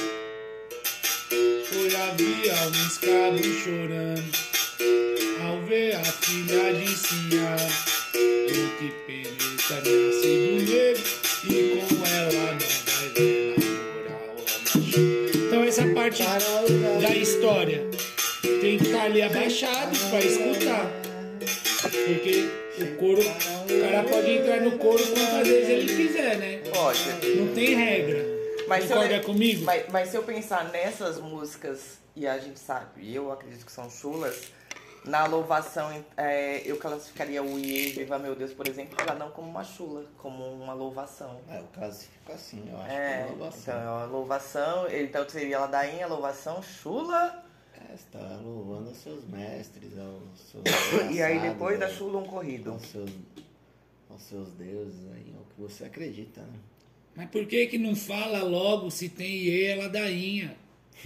Foi havia um escravo chorando ao ver a filha de Sinhá, o que penetra nascido negro e com ela não vai ver namorar o macho. Então essa parte Parauê, da história tem que estar ali abaixado pra escutar. Porque o coro, o cara pode entrar no coro quantas vezes ele quiser, né? Pode. Não tem regra. Mas se, eu, Concorda comigo? mas, mas se eu pensar nessas músicas, e a gente sabe, e eu acredito que são chulas, na louvação é, eu classificaria o Iê, Viva Meu Deus, por exemplo, ela não como uma chula, como uma louvação. É, eu classifico assim, eu acho É, que é uma louvação. então é uma louvação, então seria ladainha, louvação, chula, É, você tá louvando aos seus mestres, aos seus e aí passados, depois da aos- chula um corrido. aos seus, aos seus deuses aí, ao que você acredita, né? Mas por que que não fala logo se tem Iê, é ladainha?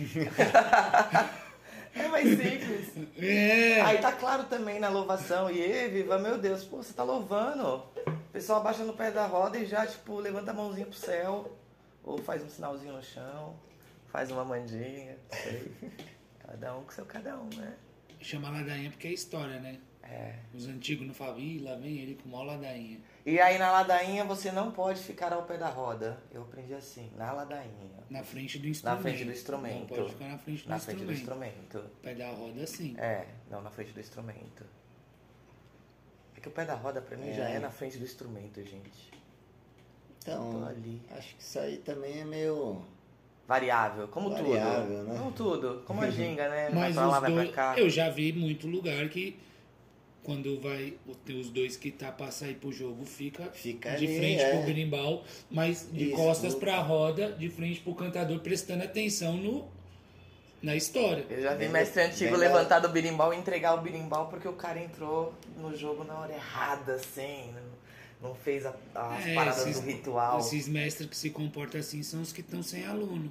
É mais simples. É. Aí tá claro também na louvação, Iê, Viva Meu Deus, pô, você tá louvando. O pessoal abaixa no pé da roda e já, tipo, levanta a mãozinha pro céu, ou faz um sinalzinho no chão, faz uma mandinga, não sei. Cada um com seu cada um, né? Chama ladainha porque é história, né? É. Os antigos não falavam, ih, lá vem ele com mó ladainha. E aí na ladainha você não pode ficar ao pé da roda. Eu aprendi assim, na ladainha. Na frente do instrumento. frente do instrumento. Não pode ficar na frente do Na frente do instrumento. instrumento. Pé da roda, sim. É, não na frente do instrumento. É que o pé da roda pra mim É. já é na frente do instrumento, gente. Então, Tô ali. acho que isso aí também é meio... Variável, como Variável, tudo. né? Como tudo. Como a ginga, né? Mas vai pra lá, os vai dois, pra cá. eu já vi muito lugar que quando vai o- tem os dois que tá pra sair pro jogo, fica, Fica de ali, frente é. pro berimbau, mas de Isso, costas no- pra roda, de frente pro cantador, prestando atenção no, na história. Eu já vi Bem- mestre antigo bem- levantar do birimbau e entregar o birimbau porque o cara entrou no jogo na hora errada, assim. Não, não fez a- as É, paradas esses- do ritual. Esses mestres que se comportam assim são os que estão sem aluno.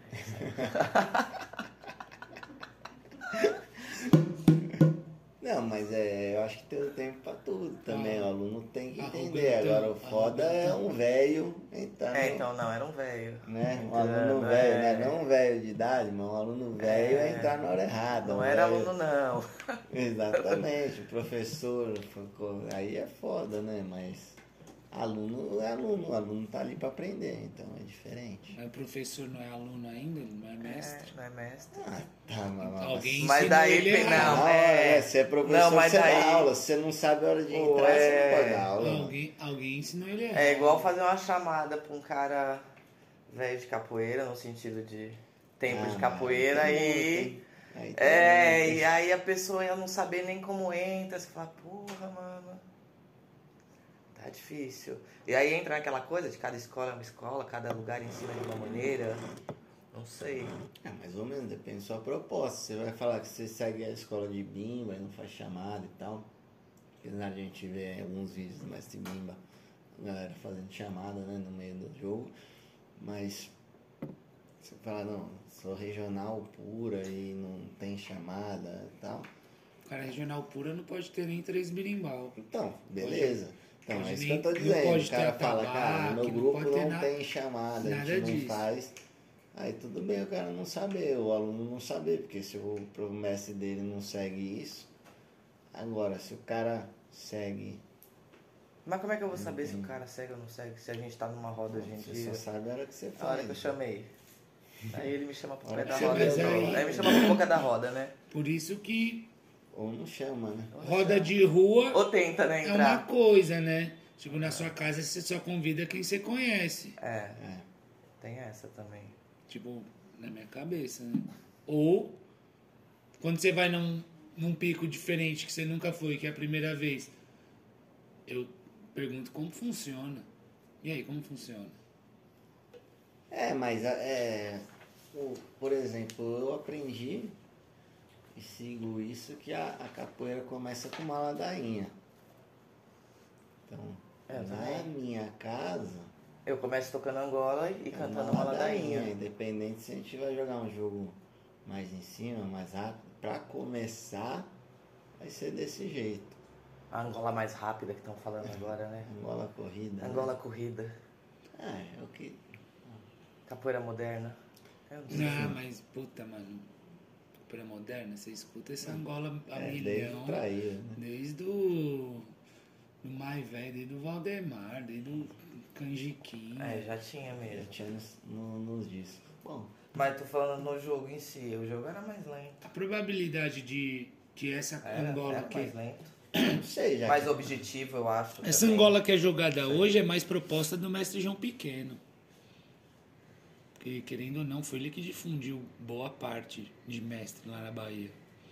Não, mas é, eu acho que tem tempo pra tudo também. Ah, o aluno tem que arrogantão, entender. Agora, o foda é arrogantão. um velho entrar É, no- então não, era um velho. Né? Um Entrando, aluno é. velho, né? Não um velho de idade, mas um aluno velho é, É. entrar na hora errada. Não um era velho- aluno, não. Exatamente, o professor, aí é foda, né? Mas aluno é aluno, o aluno tá ali pra aprender, então é diferente. Mas o professor não é aluno ainda, ele não é É, mestre. não é mestre. Ah, tá, mas... Alguém Mas ensinou daí ele tem- errado. não, é. Você é professor, Não, mas você daí- dá aula, se você não sabe a hora de Pô, entrar, você é. não pode dar aula. mano. Alguém, alguém ensinou ele errado. É igual fazer uma chamada pra um cara velho de capoeira, no sentido de tempo Ah, de capoeira aí e. tem muito, hein? Aí tem É, muito. e aí a pessoa ia não saber nem como entra, você fala, porra, mano. Tá difícil. E aí entra naquela coisa de cada escola é uma escola, cada lugar ensina de uma maneira. Não sei. É, mais ou menos, depende da sua proposta. Você vai falar que você segue a escola de Bimba e não faz chamada e tal. Apesar de a gente ver alguns vídeos do Mestre Bimba, a galera fazendo chamada, né, no meio do jogo. Mas você fala, não, sou regional pura e não tem chamada e tal. O cara regional pura não pode ter nem três birimbau. Então, beleza. Então, pode é isso nem- que eu tô não dizendo. pode O cara ter fala, cara, atabaque, no meu não grupo pode ter não na- tem chamada, a nada gente não disso. faz. Aí tudo bem o cara não saber, o aluno não saber, porque se o pro mestre dele não segue isso. Agora, se o cara segue, Mas como é que eu vou saber se o Entendi. cara segue ou não segue? Se a gente tá numa roda, a gente... você só sabe a hora que você A hora que eu faz. chamei. Aí ele me chama pro Hora pé que da você roda. mas de novo. aí- Aí me chama pro boca da roda, né? Por isso que Ou não chama, né? roda de rua Ou tenta, né, é uma entrar. coisa, né? Tipo, na sua casa você só convida quem você conhece. É, É. tem essa também. Tipo, na minha cabeça, né? Ou quando você vai num, num pico diferente que você nunca foi, que é a primeira vez, eu pergunto como funciona. E aí, como funciona? É, mas é, o- por exemplo, eu aprendi e sigo isso que a, a capoeira começa com uma ladainha. Então, É, eu na também. minha casa, Eu começo tocando Angola e é cantando uma ladainha. independente se a gente vai jogar um jogo mais em cima, mais rápido, pra começar vai ser desse jeito. A Angola mais rápida que estão falando agora, né? Angola corrida. né? Angola corrida. É, é o que. Capoeira moderna. Eu não sei. Ah, mas puta, mano. Pra moderna, você escuta essa Angola a É, desde milhão. traíra, né? Desde o do mais velho, desde o Valdemar, desde o Canjiquinho. É, já tinha Já mesmo. tinha nos, no- nos discos. Bom, Mas tô falando no jogo em si. O jogo era mais lento. A probabilidade de que essa Era, Angola era que mais lento. não sei, já Mais que- objetivo, eu acho. essa também. Angola que é jogada hoje é mais proposta do mestre João Pequeno. Porque, querendo ou não, foi ele que difundiu boa parte de mestre lá na Bahia.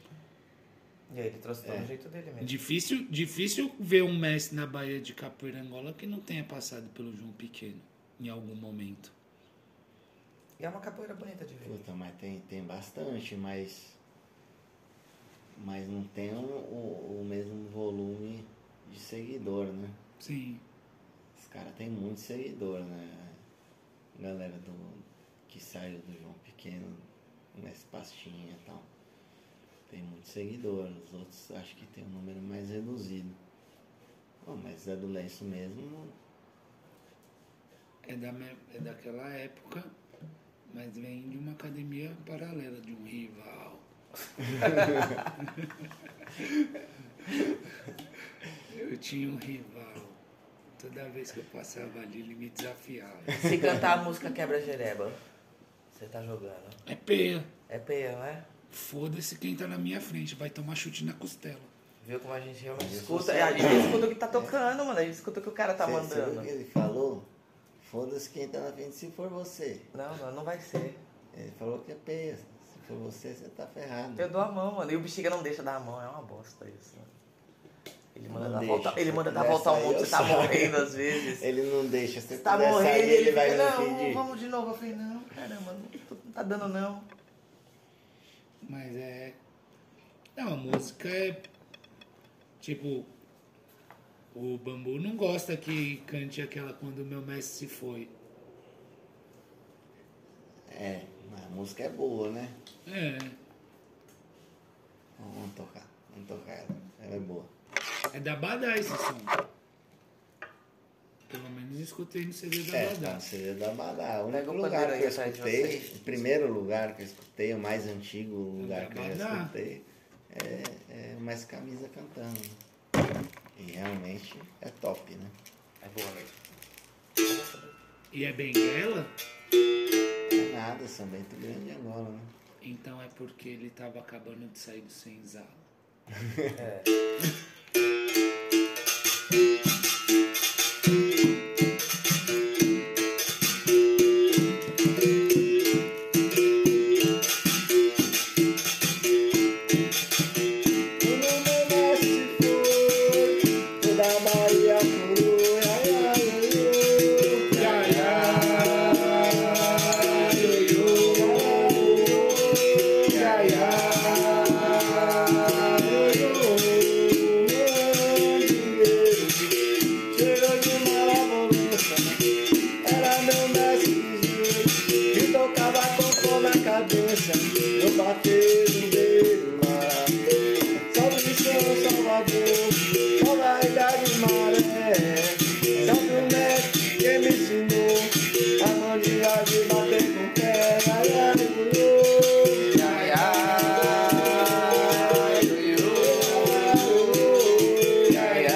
E aí ele trouxe todo É. o jeito dele mesmo. Difícil, difícil ver um mestre na Bahia de capoeira Angola que não tenha passado pelo João Pequeno em algum momento. E é uma capoeira bonita de ver. Puta, mas tem, tem bastante, mas. Mas não tem o, o, o mesmo volume de seguidor, né? Sim. Os caras têm muito seguidor, né? A galera do, que saiu do João Pequeno, nesse pastinha e tal. Tem muito seguidor, os outros acho que tem um número mais reduzido. Bom, mas é do lenço mesmo. É, da, me- é daquela época, mas vem de uma academia paralela, de um rival. Eu tinha um rival. Toda vez que eu passava ali, ele me desafiava. Se cantar a música quebra-jereba, você tá jogando. É peia. É peia, não é? Foda-se quem tá na minha frente, vai tomar chute na costela. Viu como a gente realmente Mas escuta? você- É, a gente escuta o que tá tocando, mano. A gente escuta o que o cara tá Cê- cê viu o mandando. que ele falou? Foda-se quem tá na frente se for você. Não, não, não vai ser. Ele falou que é peia. Se for você, você tá ferrado. Eu dou a mão, mano. E o bexiga não deixa dar a mão. É uma bosta isso, mano. Ele manda Não dar deixa. volta, ele manda dar Nessa volta ao aí mundo, eu você tá saio. morrendo às vezes. Ele não deixa. Se Você tá puder morrendo sair, e ele vai fica, não não, pedir. vamos de novo. Eu falei, não, caramba, não, não tá dando não. Mas é. Não, a música é. Tipo. O Bambu não gosta que cante aquela Quando o Meu Mestre Se Foi. É, mas a música é boa, né? É. Vamos tocar. Vamos tocar ela. Ela é boa. É da Badá esse som. Pelo menos escutei no C D da É, tá Badá. no C D da Badá. O Pega único o lugar pandeiro que aí eu atrás de escutei, vocês. o primeiro lugar que eu escutei, o mais antigo lugar da que eu já Badá. escutei, é, é o Mais Camisa cantando. E realmente é top, né? É boa mesmo. E é Benguela? Não é nada, São Bento Grande agora, né? Então é porque ele tava acabando de sair do senzala. É. Quando o meu mestre foi, toda a Bahia coroa amor, com a idade maré. Sabe o mestre que me ensinou a mão de ave bater com o pé. Ai, ai, ui, Ai, ai, ui, ui, ai,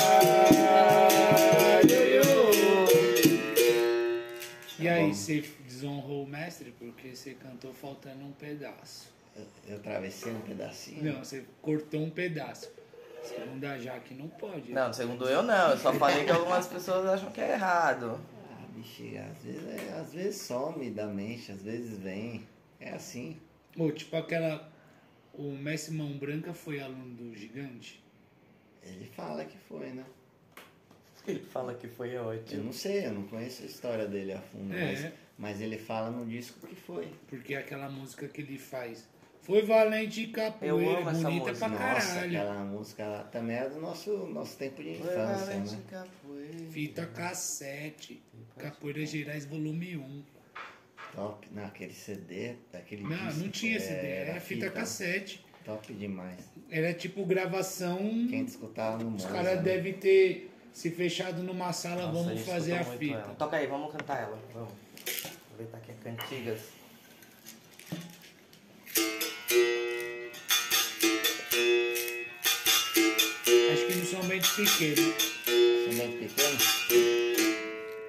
ai, ui, ui. E aí, você desonrou o mestre porque você cantou faltando um pedaço. eu, eu travessei um pedacinho. Não, você cortou um pedaço. Segundo a Jaque, não pode. Não, segundo eu não, eu só falei que algumas pessoas acham que é errado. Ah, bicho, às vezes, é- às vezes some da mente, às vezes vem. É assim. Ou tipo aquela... O Mestre Mão Branca foi aluno do Gigante? Ele fala que foi, né? Ele fala que foi Eu ótimo. não sei, eu não conheço a história dele a fundo, É. mas, mas ele fala no disco que foi. Porque é aquela música que ele faz... Foi valente capoeira, Eu amo essa bonita música. pra Nossa, caralho. aquela música lá também é do nosso, nosso tempo de infância, né? Fita cassete. Capoeira Gerais volume um. Top, não, aquele C D, daquele Não, disco, não tinha C D, era era fita cassete. Top demais. Era tipo gravação. Quem escutava no Os Monza, caras né? devem ter se fechado numa sala, Nossa, vamos gente fazer a escuta muito fita. ela. Toca aí, vamos cantar ela. Vamos. Aproveitar que é cantigas. Acho que não são bem pequenos. São bem pequeno.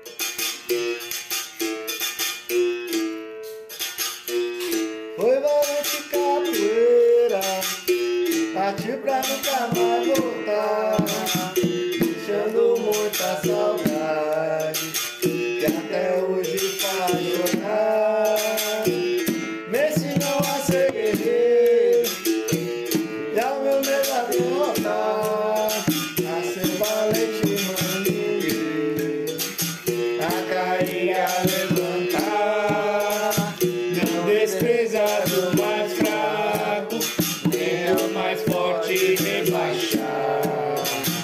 Foi valente capoeira, partiu pra nunca mais voltar, deixando muita saudade, que até hoje faz chorar. Me ensinou a ser guerreiro, e ao meu medo a derrotar, a ser valente maninheiro, a cair e a levantar. Não despreza do mais fraco, nem o mais forte rebaixar.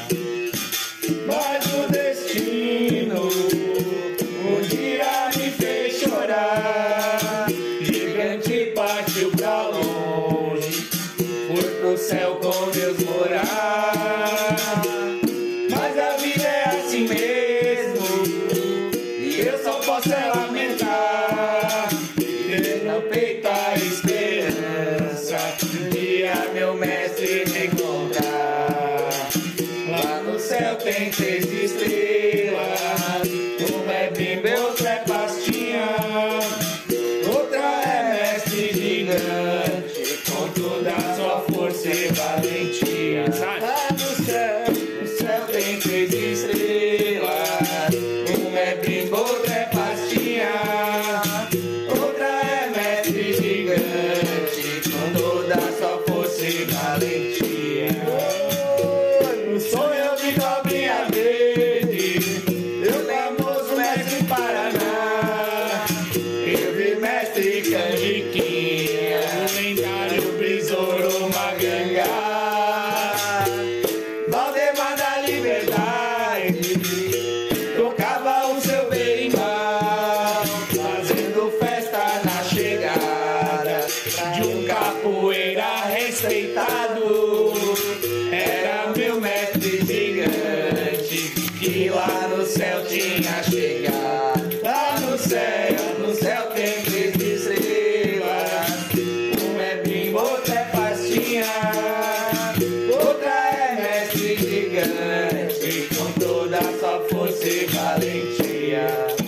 Mas o destino um dia me fez chorar. Gigante partiu pra longe, foi pro céu com Deus morar. Mas a vida é assim mesmo, e eu só posso é lamentar. Ter no peito a esperança de um dia meu mestre me encontrar. Lá no céu tem três estrelas, uma é bimbo, outra é pastinha, outra é mestre gigante, com toda a sua força e valentia. Lá no céu, no céu tem três estrelas, uma é bimbo, outra é pastinha, outra é mestre gigante, com toda a sua força e valentia. No sonho eu vi cobrinha verde, eu famoso mestre Paraná. Eu vi mestre Canjiquinha, o lendário Brisouro Magangá. Valdemar da Liberdade tocava o seu berimbau, fazendo festa na chegada de um capoeira respeitado. Era meu mestre gigante, que lá no céu tinha chegado. Lá no céu, no céu tem três estrelas, uma é bimbo, outra é pastinha, outra é mestre gigante, com toda a sua força e valentia.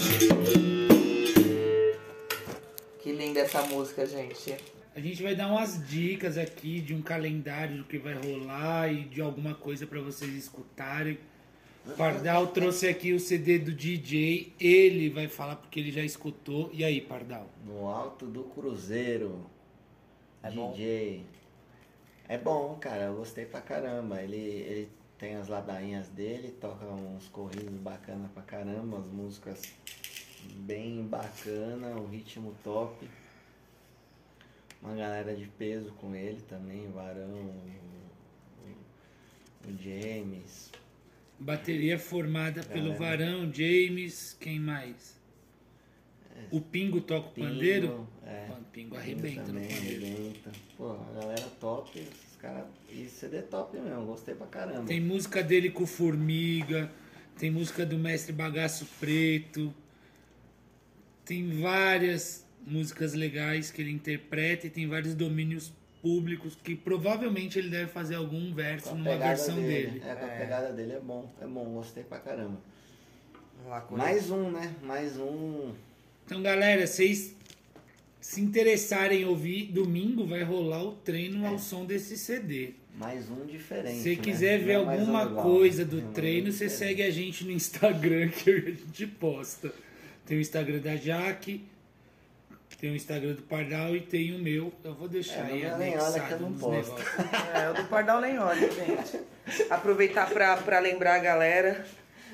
Que linda essa música, gente. A gente vai dar umas dicas aqui de um calendário do que vai rolar e de alguma coisa pra vocês escutarem. O Pardal trouxe aqui o C D do D J, ele vai falar porque ele já escutou. E aí, Pardal? No Alto do Cruzeiro, É bom? D J. É bom, cara, eu gostei pra caramba. Ele, ele tem as ladainhas dele, toca uns corridos bacana pra caramba, as músicas bem bacana, um ritmo top. Uma galera de peso com ele também, o Varão, o, o, o James. Bateria formada pelo Galera. Varão, James, quem mais? O Pingo toca o pandeiro? É, Mano, Pingo Pingo arrebenta no também, pandeiro. arrebenta. Pô, a galera top, os caras. E C D top mesmo, gostei pra caramba. Tem música dele com Formiga, tem música do Mestre Bagaço Preto, tem várias músicas legais que ele interpreta e tem vários domínios públicos que provavelmente ele deve fazer algum verso Com a numa pegada versão dele. É, com a É. pegada dele é bom, é bom, gostei pra caramba. Vamos lá, com Mais um, né? Mais um. Então, galera, vocês se interessarem em ouvir, domingo vai rolar o treino ao som desse C D. Mais um diferente. Se você né? quiser ver Não é mais um alguma igual, coisa né? do É mais um treino, você diferente. segue a gente no Instagram que a gente posta. Tem o Instagram da Jaque, tem o Instagram do Pardal e tem o meu. Eu vou deixar É, aí não nem olha que eu anexado não nos posto. negócios. É, o do Pardal nem olha, gente. Aproveitar pra, pra lembrar a galera,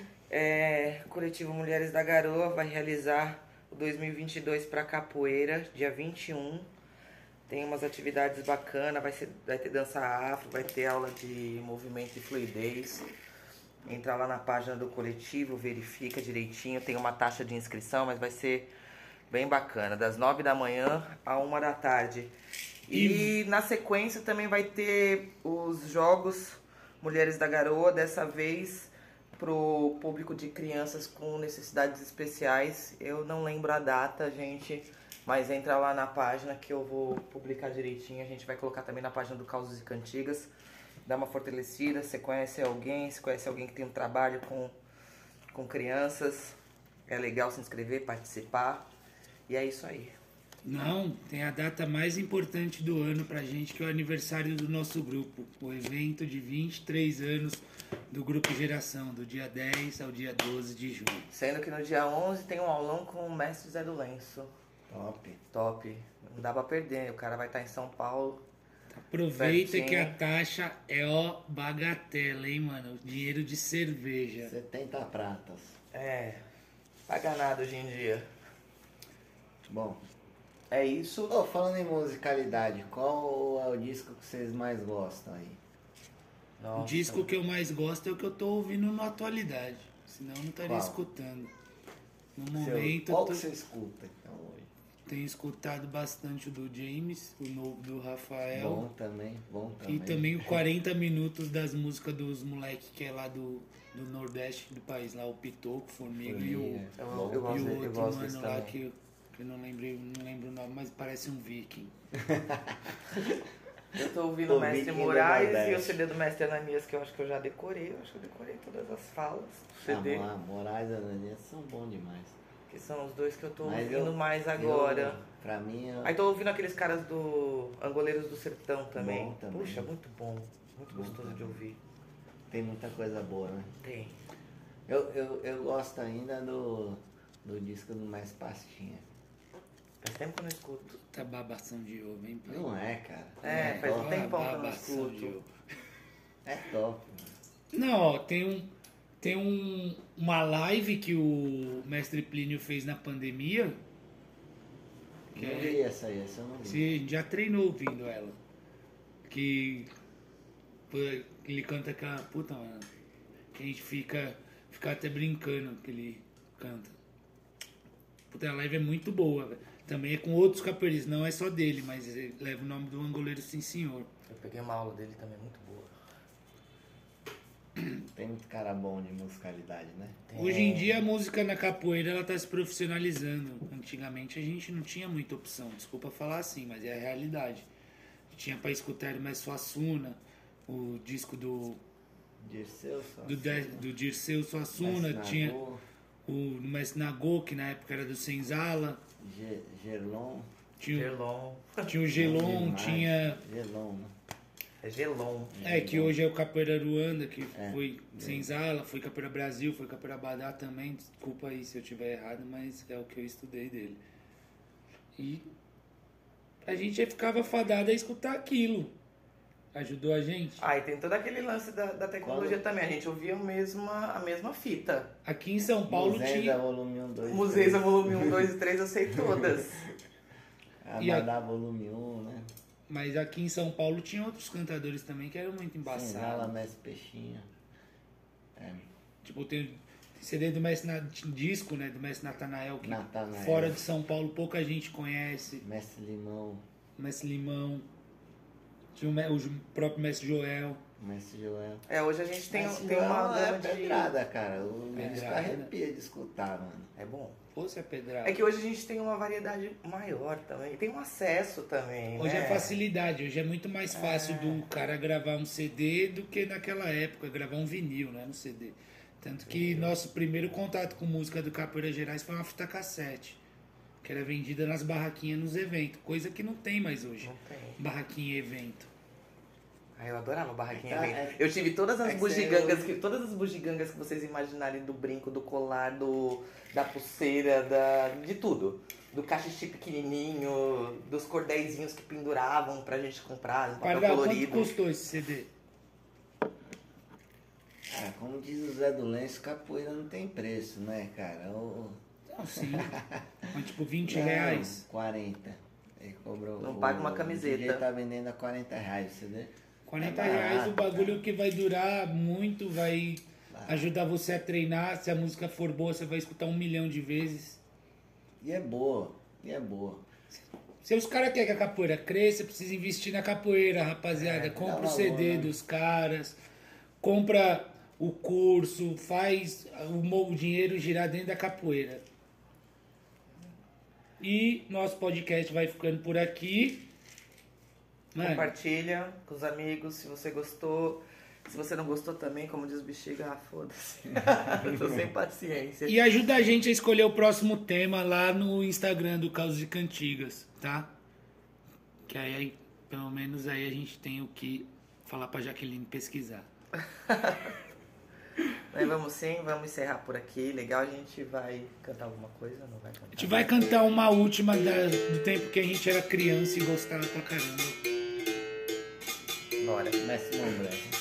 é, o Coletivo Mulheres da Garoa vai realizar o dois mil e vinte e dois pra capoeira, dia vinte e um. Tem umas atividades bacanas, vai, ser, vai ter dança afro, vai ter aula de movimento e fluidez. Entra lá na página do coletivo, verifica direitinho, tem uma taxa de inscrição, mas vai ser bem bacana, das nove da manhã à uma da tarde. E na sequência também vai ter os jogos Mulheres da Garoa, dessa vez pro público de crianças com necessidades especiais. Eu não lembro a data, gente, mas entra lá na página que eu vou publicar direitinho. A gente vai colocar também na página do Causos e Cantigas. Dá uma fortalecida, você conhece alguém, se conhece alguém que tem um trabalho com, com crianças, é legal se inscrever, participar. E é isso aí. Não, tem a data mais importante do ano pra gente, que é o aniversário do nosso grupo. O evento de vinte e três anos do Grupo Geração, do dia dez ao dia doze de junho. Sendo que no dia onze tem um aulão com o mestre Zé do Lenço. Top. Top. Não dá pra perder, o cara vai estar em São Paulo. Aproveita Certinho. que a taxa é ó bagatela, hein, mano? Dinheiro de cerveja. setenta pratas. É, paga nada hoje em dia. Bom. É isso. Oh, falando em musicalidade, qual é o disco que vocês mais gostam aí? Nossa. O disco que eu mais gosto é o que eu tô ouvindo na atualidade. Senão eu não estaria Qual? escutando. No Seu- momento qual eu tô, que você escuta então hoje? tenho escutado bastante o do James, o novo do Rafael. Bom também, bom também. E também o quarenta minutos das músicas dos moleques que é lá do, do Nordeste do país, lá o Pitoco, Formiga e o, Formiga. Eu, Bom. eu e gosto, o de- eu outro gosto desse mano lá também. que, eu- que eu não lembrei, não lembro o nome, mas parece um viking. Eu tô ouvindo O o Mestre Viking do Moraes e o Nordeste. C D do Mestre Ananias, que eu acho que eu já decorei. Eu acho que eu decorei todas as falas do C D. Ah, Moraes e Ananias são bons demais. Que são os dois que eu tô Mas ouvindo eu- mais agora. Eu, pra mim, eu... Aí tô ouvindo aqueles caras do Angoleiros do Sertão também. Bom também. Puxa, muito bom. Muito Bom gostoso de também. ouvir. tem muita coisa boa, né? Tem. Eu, eu, eu gosto ainda do, do disco do Mais Pastinha. Faz tempo que eu não escuto. Tá babação de ovo, hein, pai? Não é, cara. É, Não faz top. um tempão que eu não Babação de escuto. ovo. É top. Não, ó, tem um. Tem um, uma live que o Mestre Plínio fez na pandemia. Que Não é- vi essa aí, essa eu não vi. Você a gente já treinou ouvindo ela. Que pô, ele canta aquela puta, mano. Que a gente fica, fica até brincando que ele canta. Puta, a live é muito boa, velho. Também é com outros capoeiristas, não é só dele, mas ele leva o nome do Angoleiro Sim Senhor. Eu peguei uma aula dele também, muito boa. Tem muito cara bom de musicalidade, né? Tem- Hoje em dia a música na capoeira ela tá se profissionalizando. Antigamente a gente não tinha muita opção, desculpa falar assim, mas é a realidade. Tinha pra escutar o Mais Suassuna, o disco do, Dirceu, só. do, De- do Dirceu Suassuna, Mestre tinha Nagô, o Mestre Nagô, que na época era do Senzala, Ge- Gerlon. tinha, o- Gelon. tinha o Gelon, Demais. tinha. Gelon, né? É Gelon. É, que hoje é o Capoeira Ruanda, que É. foi Senzala, foi Capoeira Brasil, foi Capoeira Badá também. Desculpa aí se eu estiver errado, mas é o que eu estudei dele. E a gente ficava fadado a escutar aquilo. Ajudou a gente. Ah, e tem todo aquele lance da, da tecnologia também. A gente ouvia a mesma, a mesma fita. Aqui em São Paulo Museisa, tinha. volume um, dois, Museisa três. volume um, dois e três, eu sei todas. E a- Abadá, volume um, né? Mas aqui em São Paulo tinha outros cantadores também que eram muito Senzala, embaçados. Mestre Peixinho. É, Tipo, tem C D do Mestre Na... disco, né? Do Mestre Natanael, que Natanael. fora de São Paulo pouca gente conhece. Mestre Limão. Mestre Limão. Tinha o, me- o próprio Mestre Joel. Mestre Joel. É, hoje a gente tem, Mestre tem uma Joel é gama de... pedrada, cara. O disco Pedrada. arrepia de escutar, mano. É bom. Pô, você é pedrada. É que hoje a gente tem uma variedade maior também. Tem um acesso também, Hoje né? é facilidade, hoje é muito mais fácil É. do cara gravar um C D do que naquela época, gravar um vinil, né, no C D. Tanto que nosso primeiro contato com música do Capoeira Gerais foi uma fita cassete, que era vendida nas barraquinhas nos eventos, coisa que não tem mais hoje. Não tem. Barraquinha e evento. Ah, eu adorava barraquinha Tá, evento. é- Eu tive todas as é que bugigangas, você- que, todas as bugigangas que vocês imaginarem do brinco, do colar, do, da pulseira, da, de tudo. Do cachixi pequenininho, dos cordéisinhos que penduravam pra gente comprar, um papel Pardal, quanto colorido. custou esse C D? Ah, como diz o Zé do Lenço, capoeira não tem preço, né, cara? O... Não, sim. Mas, tipo, vinte Não, reais. quarenta. Ele cobrou. Não paga uma o camiseta. D J tá vendendo a quarenta reais, você vê? quarenta É reais barato, o bagulho que vai durar muito, vai Barato. ajudar você a treinar. Se a música for boa, você vai escutar um milhão de vezes. E é boa, e é boa. Se os caras querem que a capoeira cresça, precisa investir na capoeira, rapaziada. É, compra dá o C D valor, né? dos caras, compra o curso, faz o, mo- o dinheiro girar dentro da capoeira. E nosso podcast vai ficando por aqui. Mano, Compartilha com os amigos se você gostou. Se você não gostou também, como diz o Bexiga, ah, foda-se. Eu tô sem paciência. e ajuda a gente a escolher o próximo tema lá no Instagram do Caos de Cantigas, tá? Que aí, pelo menos aí a gente tem o que falar pra Jaqueline pesquisar. Mas vamos sim, vamos encerrar por aqui. Legal, a gente vai cantar alguma coisa? Não vai cantar? A gente vai cantar uma última da- do tempo que a gente era criança e gostava pra caramba. Bora. Mestre Momblanc.